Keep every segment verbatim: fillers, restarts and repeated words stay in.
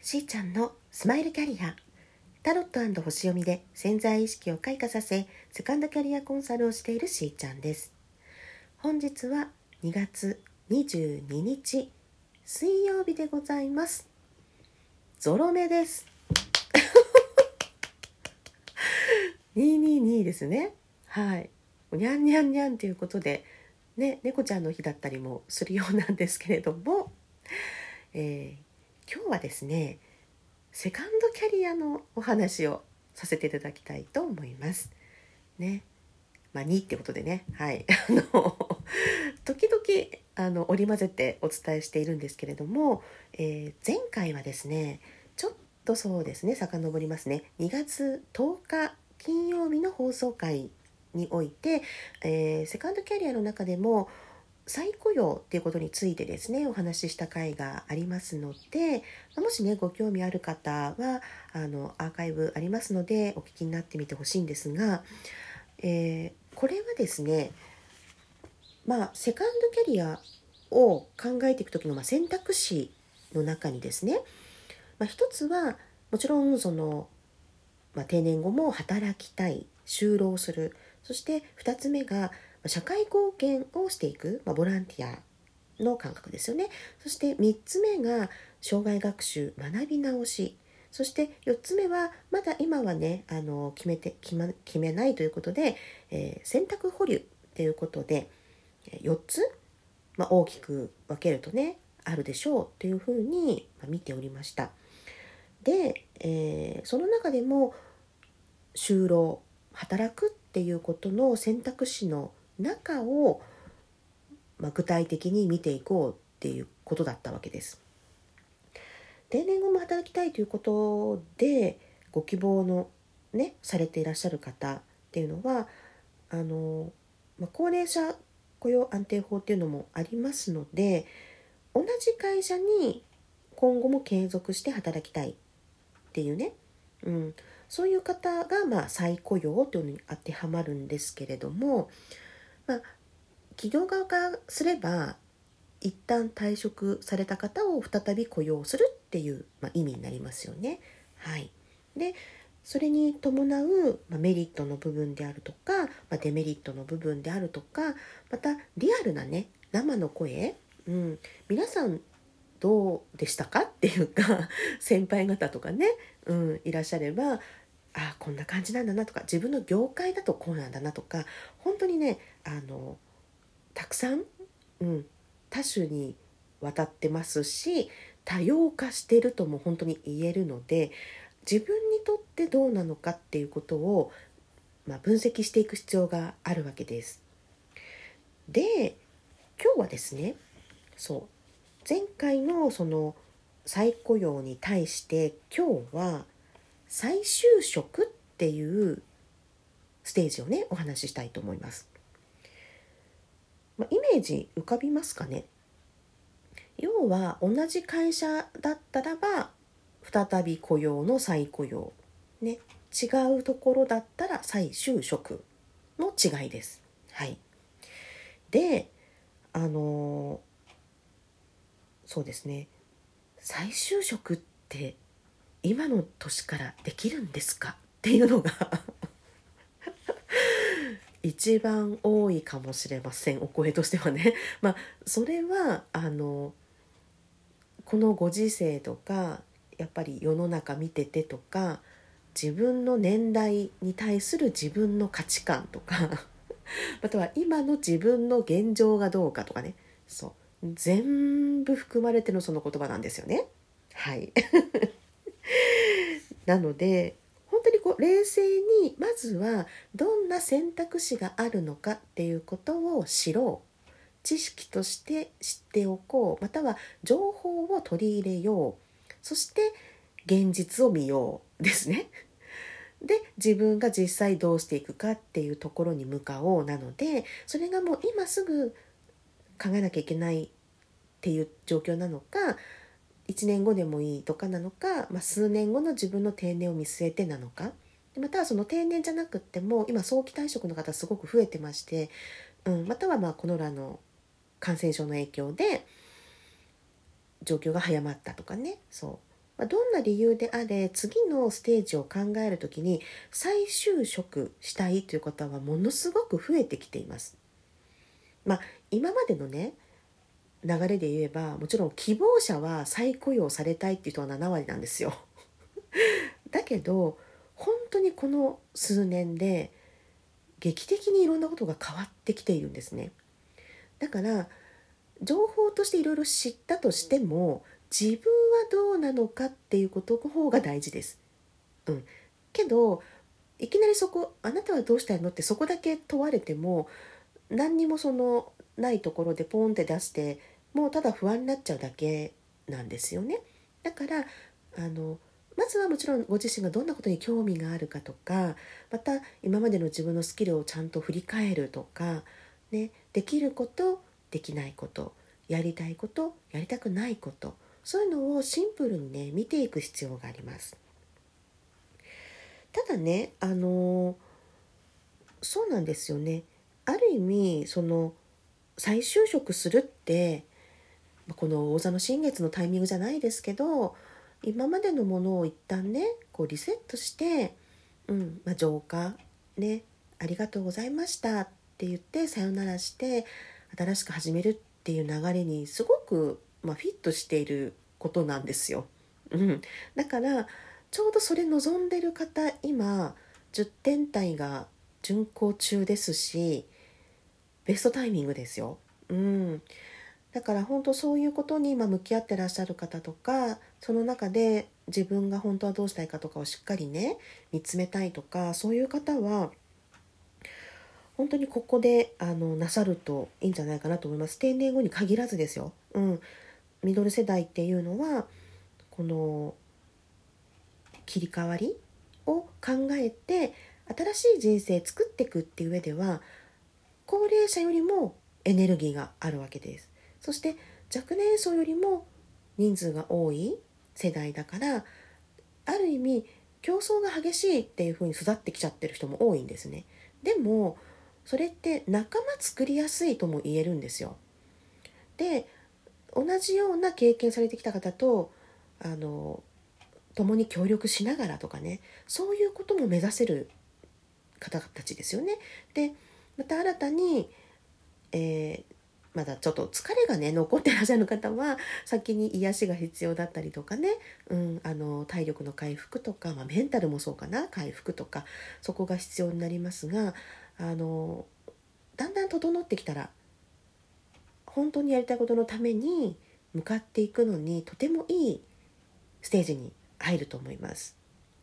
しーちゃんのスマイルキャリア、タロット&星読みで潜在意識を開花させセカンドキャリアコンサルをしているしーちゃんです。本日はにがつにじゅうににち水曜日でございます。ゾロ目ですにひゃくにじゅうにですね。はい、にゃんにゃんにゃんということでね、猫ちゃんの日だったりもするようなんですけれども、えー今日はですね、セカンドキャリアのお話をさせていただきたいと思いますね。まあにってことでね、はいあの時々あの織り交ぜてお伝えしているんですけれども、えー、前回はですね、ちょっとそうですね、遡りますね、にがつとおか金曜日の放送回において、えー、セカンドキャリアの中でも再雇用っていうことについてですね、お話しした回がありますので、もしねご興味ある方はあのアーカイブありますのでお聞きになってみてほしいんですが、えー、これはですね、まあセカンドキャリアを考えていく時の、まあ、選択肢の中にですね、まあ、一つはもちろんその、まあ、定年後も働きたい、就労する、そして二つ目が社会貢献をしていく、まあ、ボランティアの感覚ですよね。そしてみっつめが生涯学習、学び直し、そしてよっつめはまだ今はねあの決めて決ま決めないということで、えー、選択保留ということでよっつ、まあ、大きく分けるとねあるでしょうというふうに見ておりました。で、えー、その中でも就労、働くっていうことの選択肢の中を、まあ、具体的に見ていこうっていうことだったわけです。定年後も働きたいということでご希望のねされていらっしゃる方っていうのはあの、まあ、高齢者雇用安定法っていうのもありますので、同じ会社に今後も継続して働きたいっていうね、うん、そういう方がまあ再雇用というのに当てはまるんですけれども、まあ、企業側からすれば一旦退職された方を再び雇用するっていう、まあ、意味になりますよね。はい、でそれに伴う、まあ、メリットの部分であるとか、まあ、デメリットの部分であるとか、またリアルなね生の声、うん、皆さんどうでしたかっていうか先輩方とかね、うん、いらっしゃれば、あこんな感じなんだなとか、自分の業界だとこうなんだなとか、本当にねあのたくさん、うん、多種にわたってますし、多様化しているとも本当に言えるので、自分にとってどうなのかっていうことを、まあ、分析していく必要があるわけです。で、今日はですね、そう前回のその再雇用に対して今日は再就職っていうステージをねお話ししたいと思います。まあ、イメージ浮かびますかね。要は同じ会社だったらば再び雇用の再雇用、ね、違うところだったら再就職の違いです。はい。で、あのー、そうですね、再就職って今の年からできるんですかっていうのが一番多いかもしれません、お声としてはね。まあそれはあのこのご時世とかやっぱり世の中見ててとか、自分の年代に対する自分の価値観とかまたは今の自分の現状がどうかとかね、そう全部含まれてのその言葉なんですよね。はいなので本当にこう冷静にまずはどんな選択肢があるのかっていうことを知ろう、知識として知っておこう、または情報を取り入れよう、そして現実を見ようですね。で自分が実際どうしていくかっていうところに向かおうなので、それがもう今すぐ考えなきゃいけないっていう状況なのか、いちねんごでもいいとかなのか、まあ、数年後の自分の定年を見据えてなのか、またはその定年じゃなくっても今早期退職の方すごく増えてまして、うん、またはまあこのらの感染症の影響で状況が早まったとかね、そまあ、どんな理由であれ次のステージを考えるときに再就職したいという方はものすごく増えてきています。まあ、今までのね流れで言えばもちろん希望者は再雇用されたいっていう人はななわりなんですよ。だけど本当にこの数年で劇的にいろんなことが変わってきているんですね。だから情報としていろいろ知ったとしても自分はどうなのかっていうことの方が大事です。うん。けどいきなりそこあなたはどうしたいのってそこだけ問われても何にもそのないところでポンって出してもうただ不安になっちゃうだけなんですよね。だからあのまずはもちろんご自身がどんなことに興味があるかとか、また今までの自分のスキルをちゃんと振り返るとか、ね、できることできないこと、やりたいことやりたくないこと、そういうのをシンプルにね見ていく必要があります。ただねあのそうなんですよね。ある意味その再就職するってこの王座の新月のタイミングじゃないですけど今までのものを一旦ねこうリセットして、うんまあ、浄化ねありがとうございましたって言ってさよならして新しく始めるっていう流れにすごく、まあ、フィットしていることなんですよ。うん、だからちょうどそれ望んでる方今じゅってん体が巡行中ですしベストタイミングですよ。うん、だから本当そういうことに今向き合ってらっしゃる方とかその中で自分が本当はどうしたいかとかをしっかりね見つめたいとかそういう方は本当にここであのなさるといいんじゃないかなと思います。定年後に限らずですよ。うん、ミドル世代っていうのはこの切り替わりを考えて新しい人生作っていくっていう上では高齢者よりもエネルギーがあるわけです。そして若年層よりも人数が多い世代だからある意味競争が激しいっていう風に育ってきちゃってる人も多いんですね。でもそれって仲間作りやすいとも言えるんですよ。で同じような経験されてきた方とあの共に協力しながらとかねそういうことも目指せる方たちですよね。でまた新たに、えーまだちょっと疲れがね残ってらっしゃる方は先に癒しが必要だったりとかね、うん、あの体力の回復とか、まあ、メンタルもそうかな回復とかそこが必要になりますがあのだんだん整ってきたら本当にやりたいことのために向かっていくのにとてもいいステージに入ると思います。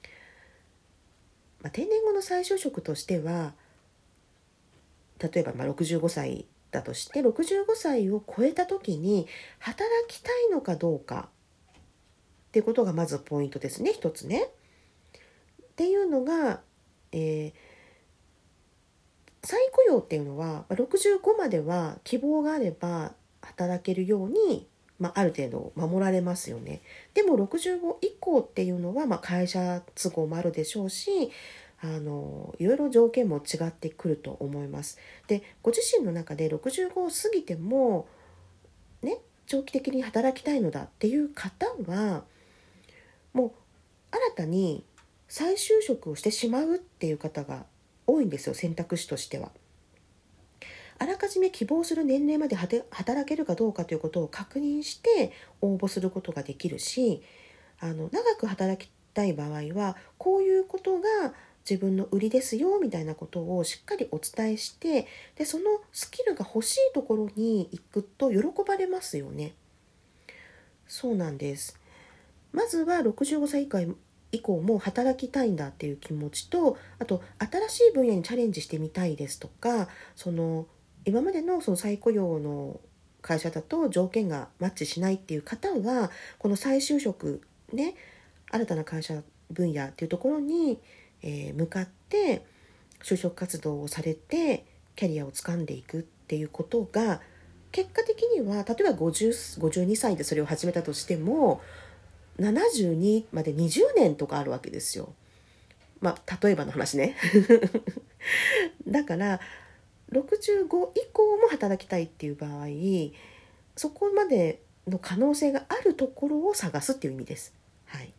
まあ、定年後の再就職としては例えばまあろくじゅうごさいだとしてろくじゅうごさいを超えた時に働きたいのかどうかっていうことがまずポイントですね。一つねっていうのが、えー、再雇用っていうのはろくじゅうごまでは希望があれば働けるように、まあ、ある程度守られますよね。でもろくじゅうご以降っていうのは、まあ、会社都合もあるでしょうしあのいろいろ条件も違ってくると思います。でご自身の中でろくじゅうごを過ぎてもね長期的に働きたいのだっていう方はもう新たに再就職をしてしまうっていう方が多いんですよ。選択肢としてはあらかじめ希望する年齢まで働けるかどうかということを確認して応募することができるしあの長く働きたい場合はこういうことが自分の売りですよみたいなことをしっかりお伝えしてでそのスキルが欲しいところに行くと喜ばれますよね。そうなんです。まずはろくじゅうごさい以下以降も働きたいんだっていう気持ちとあと新しい分野にチャレンジしてみたいですとかその今までのその再雇用の会社だと条件がマッチしないっていう方はこの再就職ね新たな会社分野っていうところに、えー、向かって就職活動をされてキャリアを掴んでいくっていうことが結果的には例えばごじゅう、ごじゅうにさいでそれを始めたとしてもななじゅうにまでにじゅうねんとかあるわけですよ。まあ例えばの話ねだからろくじゅうご以降も働きたいっていう場合そこまでの可能性があるところを探すっていう意味です。はい、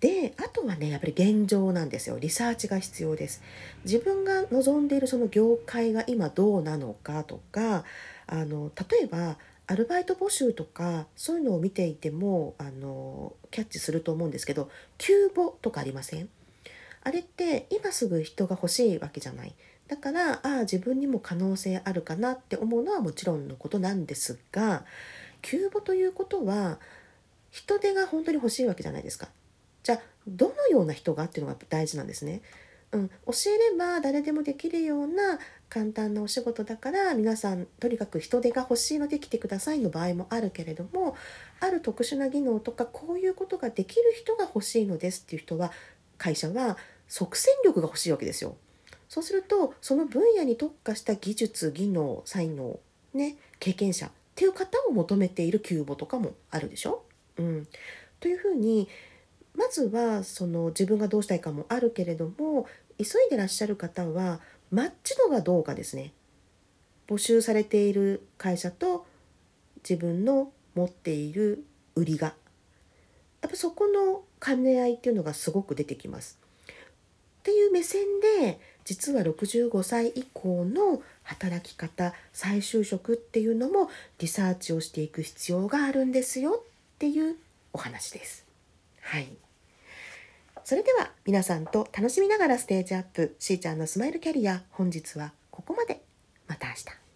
で、あとはねやっぱり現状なんですよ。リサーチが必要です。自分が望んでいるその業界が今どうなのかとか、あの例えばアルバイト募集とかそういうのを見ていてもあのキャッチすると思うんですけど、急募とかありません？あれって今すぐ人が欲しいわけじゃない。だからああ自分にも可能性あるかなって思うのはもちろんのことなんですが、急募ということは人手が本当に欲しいわけじゃないですか。じゃあどのような人がっていうのが大事なんですね。うん、教えれば誰でもできるような簡単なお仕事だから皆さんとにかく人手が欲しいので来てくださいの場合もあるけれども、ある特殊な技能とかこういうことができる人が欲しいのですっていう人は、会社は即戦力が欲しいわけですよ。そうするとその分野に特化した技術技能才能ね経験者っていう方を求めている急募とかもあるでしょ。うん、というふうにまずはその自分がどうしたいかもあるけれども、急いでらっしゃる方はマッチ度がどうかですね。募集されている会社と自分の持っている売りがやっぱそこの兼ね合いっていうのがすごく出てきますっていう目線で、実はろくじゅうごさい以降の働き方再就職っていうのもリサーチをしていく必要があるんですよっていうお話です。はい、それでは皆さんと楽しみながらステージアップ、しーちゃんのスマイルキャリア、本日はここまで。また明日。